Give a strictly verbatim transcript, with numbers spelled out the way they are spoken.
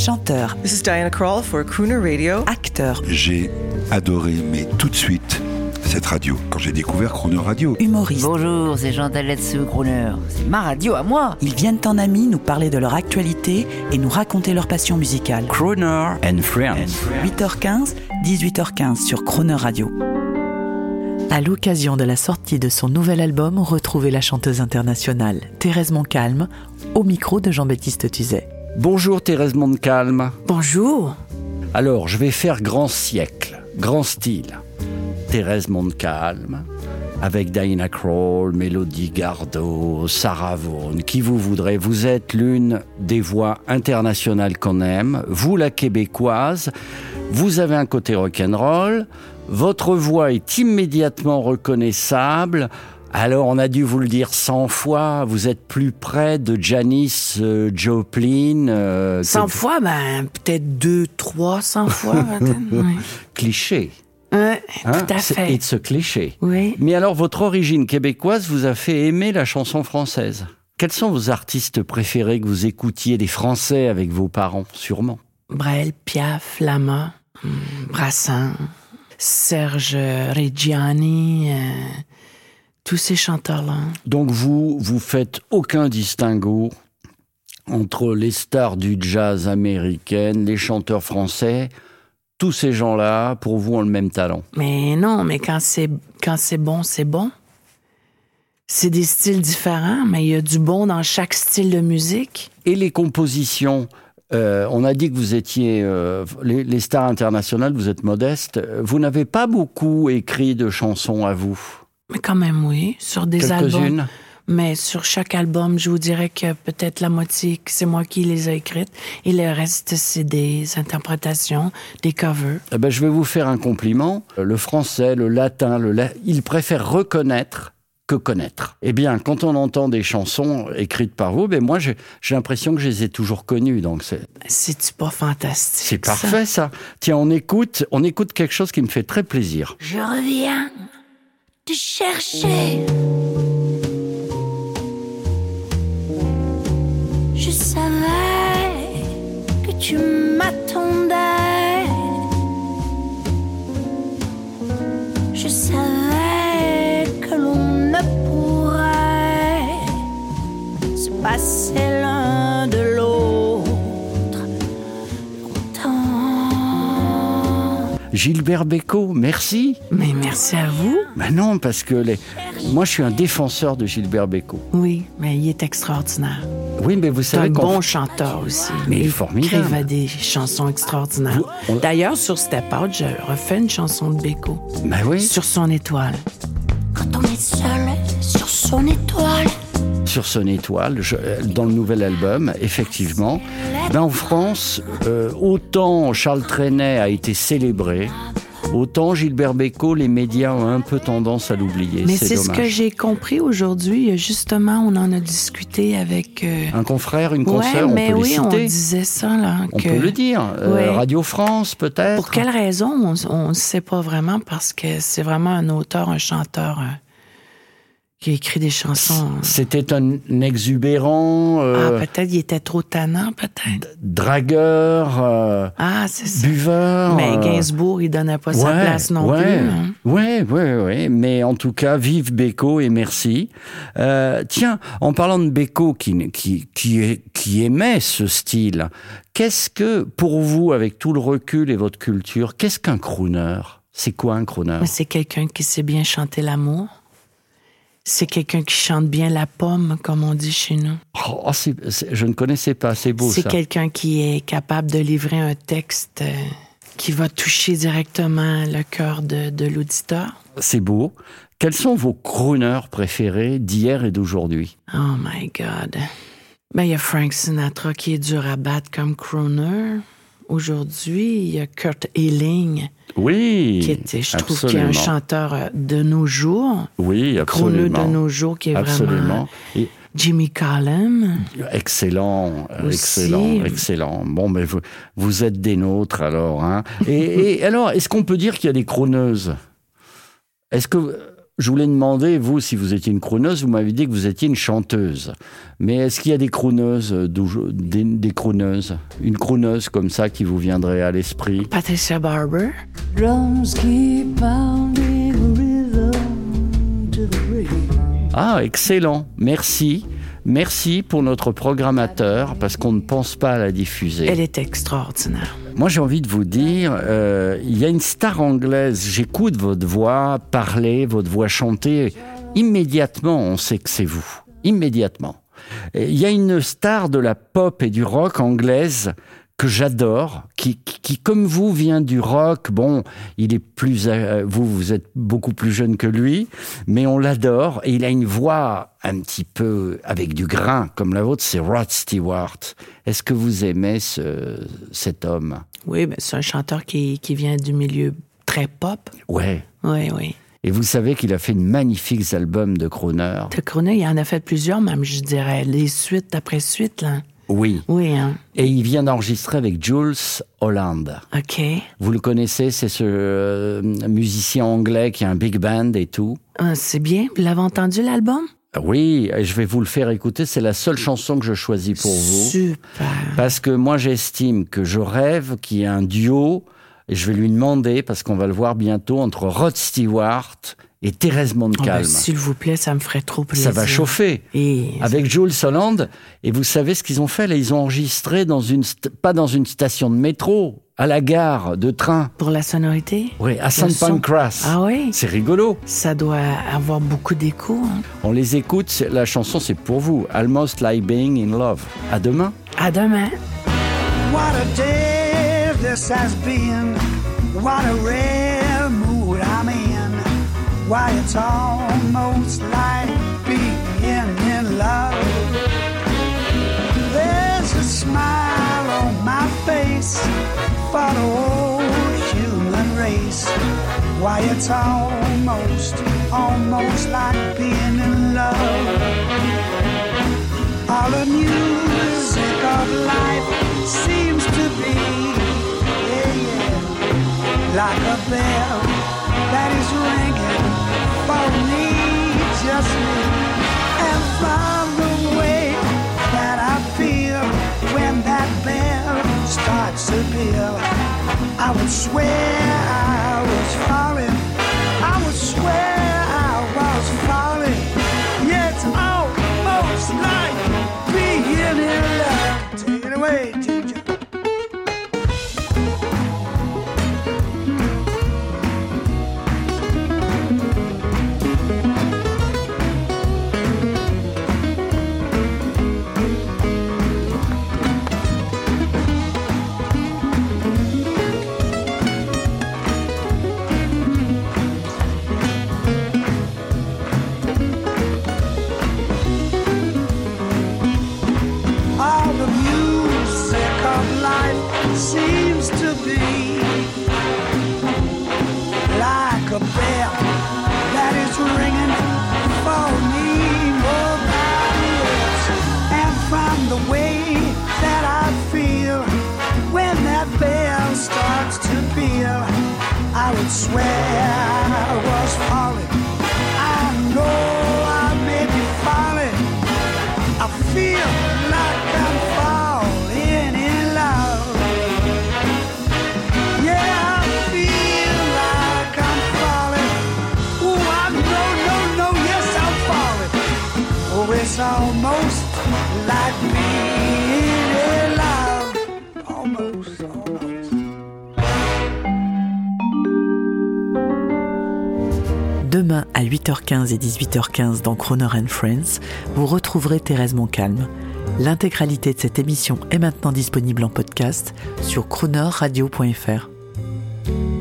chanteur. This is Diana Krall for Crooner Radio. Acteur. J'ai adoré, mais tout de suite, cette radio, quand j'ai découvert Crooner Radio. Humoriste. Bonjour, c'est Jean Taletsu, Crooner. C'est ma radio à moi. Ils viennent en amis nous parler de leur actualité et nous raconter leur passion musicale. Crooner and Friends. huit heures quinze, dix-huit heures quinze sur Crooner Radio. À l'occasion de la sortie de son nouvel album, retrouvez la chanteuse internationale Thérèse Montcalm au micro de Jean-Baptiste Tuzet. Bonjour Thérèse Montcalm. Bonjour. Alors, je vais faire grand siècle, grand style. Thérèse Montcalm, avec Diana Krall, Mélodie Gardot, Sarah Vaughan, qui vous voudrez. Vous êtes l'une des voix internationales qu'on aime. Vous, la québécoise, vous avez un côté rock'n'roll. Votre voix est immédiatement reconnaissable. Alors, on a dû vous le dire cent fois, vous êtes plus près de Janis euh, Joplin. Euh, cent que... fois, ben, peut-être deux, trois cents fois. Oui. Cliché. Ouais, hein? Tout à fait. Et de ce cliché. Oui. Mais alors, votre origine québécoise vous a fait aimer la chanson française. Quels sont vos artistes préférés que vous écoutiez, des Français avec vos parents, sûrement? Brel, Piaf, Lama, Brassens, Serge Reggiani, euh, tous ces chanteurs-là. Donc vous, vous faites aucun distinguo entre les stars du jazz américaine, les chanteurs français, tous ces gens-là, pour vous, ont le même talent. Mais non, mais quand c'est, quand c'est bon, c'est bon. C'est des styles différents, mais il y a du bon dans chaque style de musique. Et les compositions, euh, on a dit que vous étiez euh, les, les stars internationales, vous êtes modeste. Vous n'avez pas beaucoup écrit de chansons à vous? Mais quand même, oui, sur des albums. Quelques-unes? Mais sur chaque album, je vous dirais que peut-être la moitié, c'est moi qui les ai écrites. Et le reste, c'est des interprétations, des covers. Eh ben, je vais vous faire un compliment. Le français, le latin, le la... ils préfèrent reconnaître que connaître. Eh bien, quand on entend des chansons écrites par vous, ben moi, j'ai, j'ai l'impression que je les ai toujours connues. Donc c'est... C'est-tu pas fantastique? C'est parfait, ça. ça. Tiens, on écoute, on écoute quelque chose qui me fait très plaisir. Je reviens te chercher. Je savais que tu m'attendais. Je savais que l'on ne pourrait se passer l'un de l'autre longtemps. Gilbert Bécaud, merci. Mais merci à vous. Ben non, parce que les... moi, je suis un défenseur de Gilbert Bécaud. Oui, mais il est extraordinaire. Oui, mais vous savez C'est un qu'on... bon chanteur aussi. Mais il est formidable. Il écrivait des chansons extraordinaires. Vous, on... D'ailleurs, sur Step Out, je refais une chanson de Bécaud. Ben oui. Sur son étoile. Quand on est seul sur son étoile. Sur son étoile, je, dans le nouvel album, effectivement. Ben en France, euh, autant Charles Trenet a été célébré, autant Gilbert Bécaud, les médias ont un peu tendance à l'oublier. Mais c'est, c'est dommage. Ce que j'ai compris aujourd'hui. Justement, on en a discuté avec... Euh... Un confrère, une ouais, consoeur, on mais peut oui, les citer. on disait ça, là. On que... peut le dire. Euh, ouais. Radio France, peut-être. Pour quelle raison? On ne sait pas vraiment, parce que c'est vraiment un auteur, un chanteur... Euh... qui a écrit des chansons. C'était un exubérant. Euh, ah, peut-être il était trop tannant, peut-être. Dragueur. Euh, ah, c'est ça. Buveur. Mais Gainsbourg, il donnait pas ouais, sa place non ouais, plus. Hein? Oui, oui, oui. Mais en tout cas, vive Bécaud et merci. Euh, tiens, en parlant de Bécaud qui, qui, qui, est, qui aimait ce style, qu'est-ce que, pour vous, avec tout le recul et votre culture, qu'est-ce qu'un crooner? C'est quoi un crooner? C'est quelqu'un qui sait bien chanter l'amour. C'est quelqu'un qui chante bien la pomme, comme on dit chez nous. Oh, c'est, c'est, je ne connaissais pas, c'est beau c'est ça. C'est quelqu'un qui est capable de livrer un texte euh, qui va toucher directement le cœur de, de l'auditeur. C'est beau. Quels sont vos crooners préférés d'hier et d'aujourd'hui? Oh my God. Ben, il y a Frank Sinatra qui est dur à battre comme crooner. Aujourd'hui, il y a Kurt Elling. Oui, qui était, je trouve absolument. qu'il est un chanteur de nos jours. Oui, absolument. Crooner de nos jours qui est absolument. vraiment... Et... Jimmy Cullum. Excellent, aussi. excellent, excellent. Bon, mais vous, vous êtes des nôtres alors. Hein. Et, et alors, est-ce qu'on peut dire qu'il y a des crooneuses? Est-ce que je voulais demander, vous, si vous étiez une crooneuse, vous m'avez dit que vous étiez une chanteuse. Mais est-ce qu'il y a des crooneuses, des, des crooneuses, une crooneuse comme ça qui vous viendrait à l'esprit? Patricia Barber. Drums keep pounding rhythm to the rain. Ah, excellent. Merci. Merci pour notre programmateur, parce qu'on ne pense pas à la diffuser. Elle est extraordinaire. Moi, j'ai envie de vous dire, euh, il y a une star anglaise, j'écoute votre voix parler, votre voix chanter, immédiatement, on sait que c'est vous. Immédiatement. Il y a une star de la pop et du rock anglaise que j'adore, qui, qui, qui, comme vous, vient du rock. Bon, il est plus... Euh, vous, vous êtes beaucoup plus jeune que lui, mais on l'adore. Et il a une voix un petit peu avec du grain, comme la vôtre, c'est Rod Stewart. Est-ce que vous aimez ce, cet homme? Oui, ben, c'est un chanteur qui, qui vient du milieu très pop. Ouais. Oui, oui. Et vous savez qu'il a fait de magnifiques albums de crooner. De crooner, il en a fait plusieurs, même, je dirais. Les suites après suite, là. Oui. Oui, hein. Et il vient d'enregistrer avec Jules Holland. OK. Vous le connaissez, c'est ce euh, musicien anglais qui a un big band et tout. Ah, c'est bien. Vous l'avez entendu, l'album? Oui, et je vais vous le faire écouter. C'est la seule chanson que je choisis pour vous. Super. Parce que moi, j'estime que je rêve qu'il y ait un duo, et je vais lui demander, parce qu'on va le voir bientôt, entre Rod Stewart et Thérèse Montcalm. Oh ben, s'il vous plaît, ça me ferait trop plaisir. Ça va chauffer. Et... Avec Jules Holland. Et vous savez ce qu'ils ont fait là? Ils ont enregistré dans une st- pas dans une station de métro, à la gare de train. Pour la sonorité? Oui, à Saint Pancras. Ah oui? C'est rigolo. Ça doit avoir beaucoup d'écho. Hein? On les écoute. C'est, la chanson, c'est pour vous. Almost Like Being in Love. À demain. À demain. What a day this has been. What a rare mood I'm in. Why, it's almost like being in love. There's a smile on my face for the whole human race. Why, it's almost, almost like being in love. All the music of life seems to be, yeah, yeah, like a bell that is ringing for me, just me. And from the way that I feel when that bell starts to peal, I would swear I was falling. I would swear I was falling. Yeah, it's almost like being in love. Take it away, teacher. Seems to be like a bell that is ringing for me, nobody else. And from the way that I feel when that bell starts to peal, I would swear I was falling. I know I may be falling. I feel like I'm falling in love. It's almost like being in love. Almost, almost. Demain à huit heures quinze et dix-huit heures quinze dans Croner and Friends, vous retrouverez Thérèse Montcalm. L'intégralité de cette émission est maintenant disponible en podcast sur croner radio point f r.